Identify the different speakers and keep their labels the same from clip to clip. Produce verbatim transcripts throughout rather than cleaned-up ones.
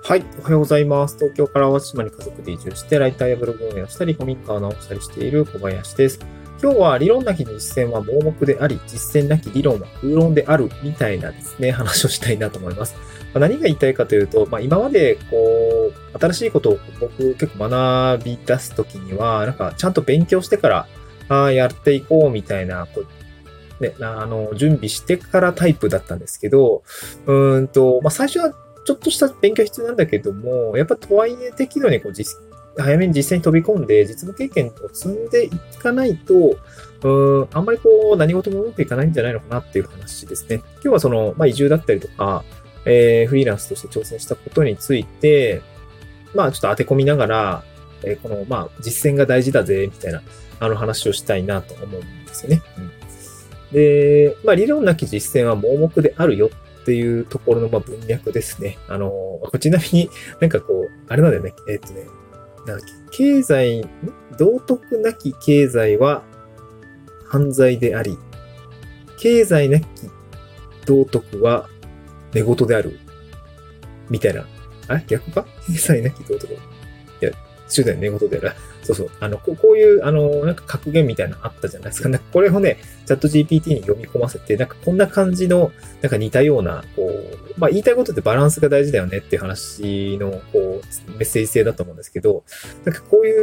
Speaker 1: はい。おはようございます。東京から淡路島に家族で移住して、ライターやブログ運営をしたり、古民家を直したりしている小林です。今日は理論なき実践は盲目であり、実践なき理論は空論であるみたいなですね、話をしたいなと思います。まあ、何が言いたいかというと、まあ、今までこう、新しいことを僕結構学び出すときには、なんかちゃんと勉強してから、あやっていこうみたいな、こうね、あの、準備してからタイプだったんですけど、うーんと、まあ、最初はちょっとした勉強必要なんだけども、やっぱとはいえ適度にこう実、早めに実践に飛び込んで実務経験を積んでいかないと、うーん、あんまりこう何事もうまくいかないんじゃないのかなっていう話ですね。今日はその、まあ、移住だったりとか、えー、フリーランスとして挑戦したことについて、まあちょっと当て込みながら、えー、この、まあ実践が大事だぜ、みたいな、あの話をしたいなと思うんですよね。うん、で、まあ理論なき実践は盲目であるよっていうところのまあ文脈ですね。あの、ちなみになんかこう、あれなんだよね。えっとね、なんだっけ、経済、道徳なき経済は犯罪であり、経済なき道徳は寝言である。みたいな。あれ逆か経済なき道徳。いや、終電寝言である。そうそう。あの、こうこういう、あの、なんか格言みたいなのあったじゃないですか。なんかこれをね、チャット ジーピーティー に読み込ませて、なんかこんな感じの、なんか似たような、こう、まあ言いたいことってバランスが大事だよねっていう話の、こう、メッセージ性だと思うんですけど、なんかこういう、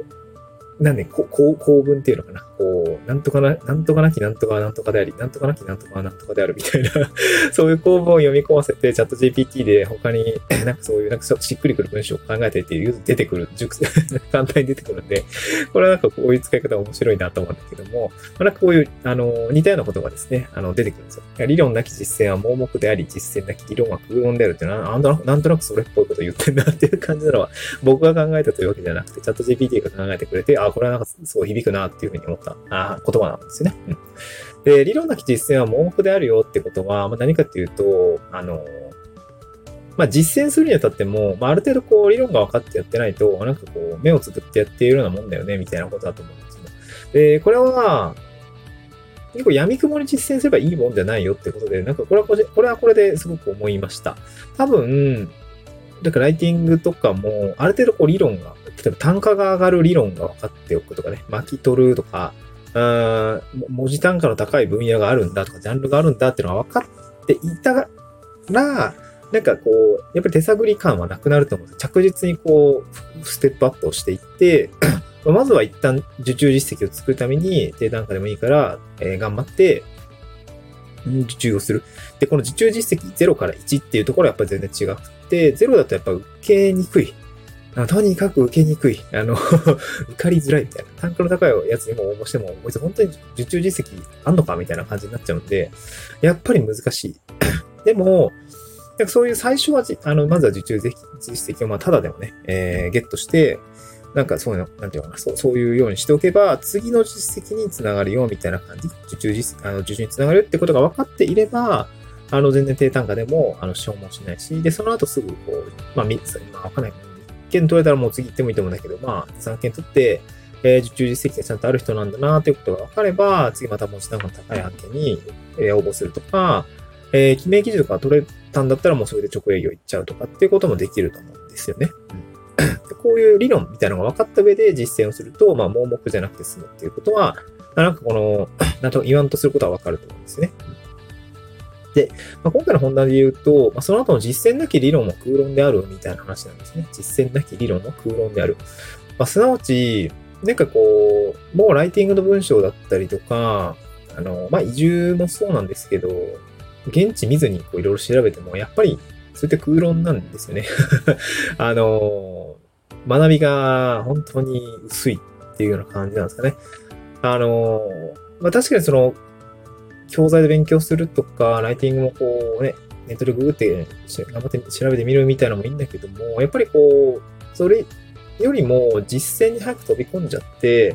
Speaker 1: なんで、こう、構文っていうのかな。こう、なんとかな、なんとかなきなんとかなんとかであり、なんとかなきなんとかなんとかであるみたいなそういう構文を読み込ませて、チャット ジーピーティー で他に、なんかそういう、なんかしっくりくる文章を考えてっていう、出てくる、熟簡単に出てくるんで、これはなんかこういう使い方面白いなと思うんだけども、まあ、なんかこういう、あの、似たようなことがですね、あの、出てくるんですよ。理論なき実践は盲目であり、実践なき理論は空論であるっていうのは、なんとなく、なんとなくそれっぽいことを言ってんなっていう感じなのは、僕が考えたというわけじゃなくて、チャット ジーピーティー が考えてくれて、あ、これはなんかすごい響くなっていうふうに思ったあ言葉なんですよね。うん、で、理論なき実践は盲目であるよってことは、まあ、何かっていうと、あの、まあ、実践するにあたっても、まあ、ある程度こう理論が分かってやってないと、なんかこう目をつぶってやっているようなもんだよね、みたいなことだと思うんですよ。で、これは、結構闇雲に実践すればいいもんじゃないよってことで、なんかこれはこれこれはこれですごく思いました。多分、だからライティングとかも、ある程度こう理論が、例えば単価が上がる理論が分かっておくとかね、巻き取るとか、あ文字単価の高い分野があるんだとか、ジャンルがあるんだっていうのが分かっていたら、なんかこう、やっぱり手探り感はなくなると思うんです。着実にこう、ステップアップをしていって、まずは一旦受注実績を作るために、低単価でもいいから、えー、頑張って、受注をする。で、この受注実績ゼロからいちっていうところはやっぱり全然違くて、ゼロだとやっぱ受けにくい。とにかく受けにくい。あの受かりづらいみたいな。単価の高いやつにも応募しても、こいつ本当に受注実績あんのかみたいな感じになっちゃうんで、やっぱり難しい。でも、そういう最初は、あの、まずは受注実績をまあ、ただでもね、えー、ゲットして、なんかそういうの、なんていうのかな、そう、そういうようにしておけば、次の実績につながるよ、みたいな感じ。受注実、あの、受注につながるってことが分かっていれば、あの、全然低単価でも、あの、消耗しないし、で、その後すぐ、こう、まあ、みっつ、まあ、わかんない。いっけん取れたらもう次行ってもいいと思うんだけど、まあ、さんけん取って、えー、受注実績がちゃんとある人なんだな、ということが分かれば、次また文字単価の高い案件に、えー、応募するとか、えー、記名記事とか取れたんだったらもうそれで直営業行っちゃうとかっていうこともできると思うんですよね。うん、こういう理論みたいなのが分かった上で実践をすると、まあ、盲目じゃなくて済むっていうことは、なんかこの、なんと言わんとすることは分かると思うんですね。で、まあ、今回の本題で言うと、まあ、その後の実践なき理論も空論であるみたいな話なんですね。実践なき理論も空論である。まあ、すなわち、なんかこう、もうライティングの文章だったりとか、あの、まあ、移住もそうなんですけど、現地見ずにこういろいろ調べても、やっぱりそういった空論なんですよね。あの、学びが本当に薄いっていうような感じなんですかね。あの、まあ、確かにその、教材で勉強するとか、ライティングもこうね、ネットでググって頑張って調べてみるみたいなのもいいんだけども、やっぱりこう、それよりも実践に早く飛び込んじゃって、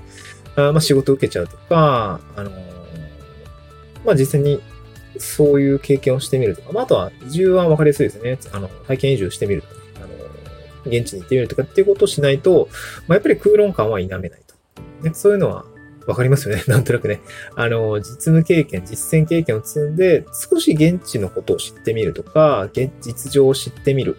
Speaker 1: あまあ仕事を受けちゃうとか、あの、まあ実際にそういう経験をしてみるとか、まああとは移住は分かりやすいですね。あの、体験移住してみるとか、あの、現地に行ってみるとかっていうことをしないと、まあやっぱり空論感は否めないと。ね、そういうのはわかりますよね。なんとなくね。あの、実務経験、実践経験を積んで、少し現地のことを知ってみるとか、現実情を知ってみる。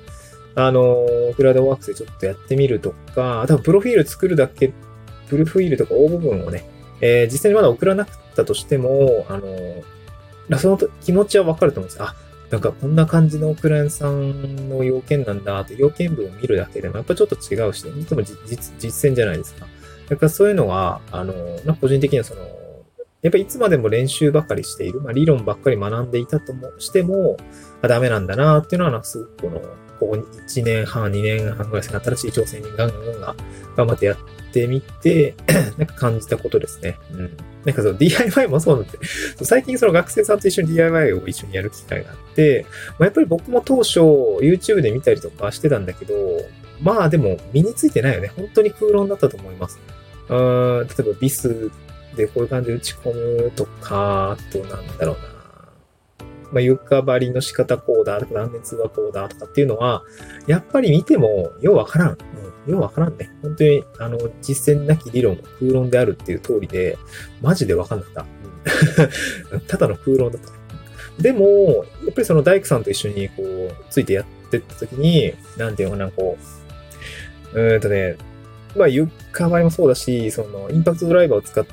Speaker 1: あの、クラウドワークスでちょっとやってみるとか、多分プロフィール作るだけ、プロフィールとか応募文をね、えー、実際にまだ送らなかったとしても、あの、その気持ちはわかると思うんですよ。あ、なんかこんな感じのクライアントさんの要件なんだって要件文を見るだけでもやっぱちょっと違うし、ね、いつも実実践じゃないですか。だからそういうのは、あの、個人的にはその、やっぱりいつまでも練習ばかりしている、まあ理論ばっかり学んでいたともしても、あダメなんだなっていうのは、すごくこの、ここいちねんはん、にねんはんぐらいですね、新しい挑戦にガンガンガンガン頑張ってやってみて、なんか感じたことですね。うん。なんかその ディーアイワイ もそうなんで、最近その学生さんと一緒に ディーアイワイ を一緒にやる機会があって、まあ、やっぱり僕も当初 YouTube で見たりとかしてたんだけど、まあでも身についてないよね。本当に空論だったと思います。うーん、例えばビスでこういう感じで打ち込むとか、あとなんだろうな。まあ、床張りの仕方こうだとか、断熱はこうだとかっていうのは、やっぱり見てもようわからん。うん、ようわからんね。本当に、あの、実践なき理論は空論であるっていう通りで、マジでわかんなかった。うん、ただの空論だった。でも、やっぱりその大工さんと一緒にこう、ついてやってった時に、なんていうのかな、こう、うーんとね、まあ床張りもそうだし、そのインパクトドライバーを使って、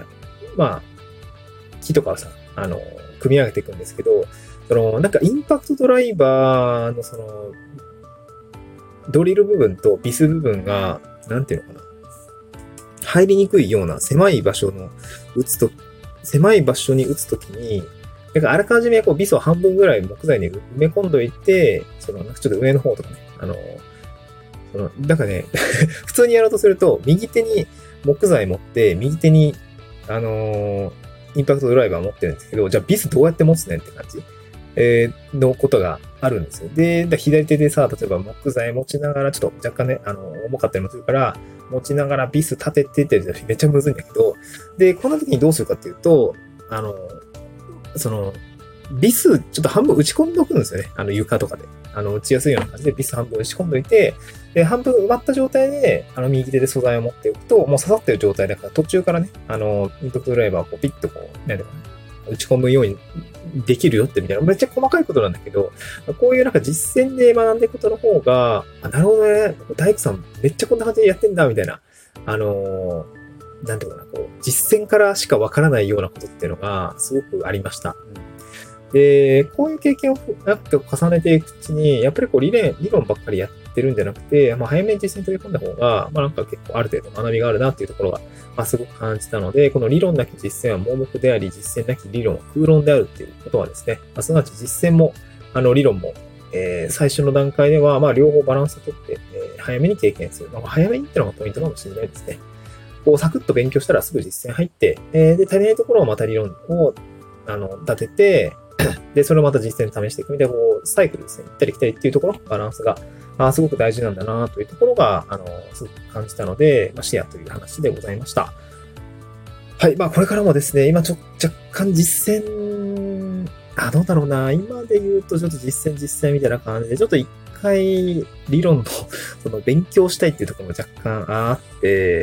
Speaker 1: まあ、木とかをさ、あの、組み上げていくんですけど、その、なんかインパクトドライバーのその、ドリル部分とビス部分が、なんていうのかな、入りにくいような狭い場所の打つと、狭い場所に打つときに、なんかあらかじめこうビスを半分ぐらい木材に埋め込んどいて、その、なんかちょっと上の方とかね、あの、その、なんかね、普通にやろうとすると、右手に木材持って、右手に、あのー、インパクトドライバー持ってるんですけど、じゃあビスどうやって持つねんって感じ、えー、のことがあるんですよ。で、左手でさ、例えば木材持ちながら、ちょっと若干ね、あの、重かったりもするから、持ちながらビス立ててってめっちゃむずいんだけど、で、こんな時にどうするかっていうと、あの、その、ビスちょっと半分打ち込んでおくんですよね。あの床とかで。あの、打ちやすいような感じでビス半分打ち込んどいて、で、半分埋まった状態で、あの、右手で素材を持っておくと、もう刺さってる状態だから、途中からね、あの、インパクトドライバーをこうピッとこう、なんていうかな、打ち込むようにできるよってみたいな、めっちゃ細かいことなんだけど、こういうなんか実践で学んでいくことの方が、あ、なるほどね、大工さんめっちゃこんな感じでやってんだ、みたいな、あのー、なんていうかな、こう、実践からしかわからないようなことっていうのが、すごくありました。で、こういう経験を重ねていくうちに、やっぱりこう理論、理論ばっかりやってるんじゃなくて、まあ早めに実践に取り込んだ方が、まあなんか結構ある程度学びがあるなっていうところが、まあすごく感じたので、この理論なき実践は盲目であり、実践なき理論は空論であるっていうことはですね、まあ、すなわち実践も、あの理論も、えー、最初の段階では、まあ両方バランスをとって、えー、早めに経験する。まあ、早めにっていうのがポイントかもしれないですね。こうサクッと勉強したらすぐ実践入って、えー、で、足りないところをまた理論を、あの、立てて、で、それをまた実践試していくみたいな、こう、サイクルですね。行ったり来たりっていうところ、バランスが、あすごく大事なんだなというところが、あの、すごく感じたので、まあ、シェアという話でございました。はい。まあ、これからもですね、今ちょ、若干実践、あ、どうだろうな。今で言うと、ちょっと実践実践みたいな感じで、ちょっと一回、理論の、その、勉強したいっていうところも若干あって、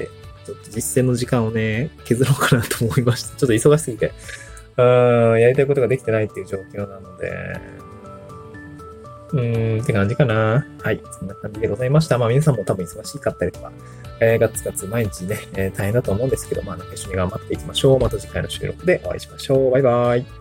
Speaker 1: ちょっと実践の時間をね、削ろうかなと思いました。ちょっと忙しすぎて。うーん、やりたいことができてないっていう状況なので、うーん、って感じかな。はい。そんな感じでございました。まあ皆さんも多分忙しかったりとか、えー、ガツガツ毎日ね、えー、大変だと思うんですけど、まあなんか一緒に頑張っていきましょう。また次回の収録でお会いしましょう。バイバイ。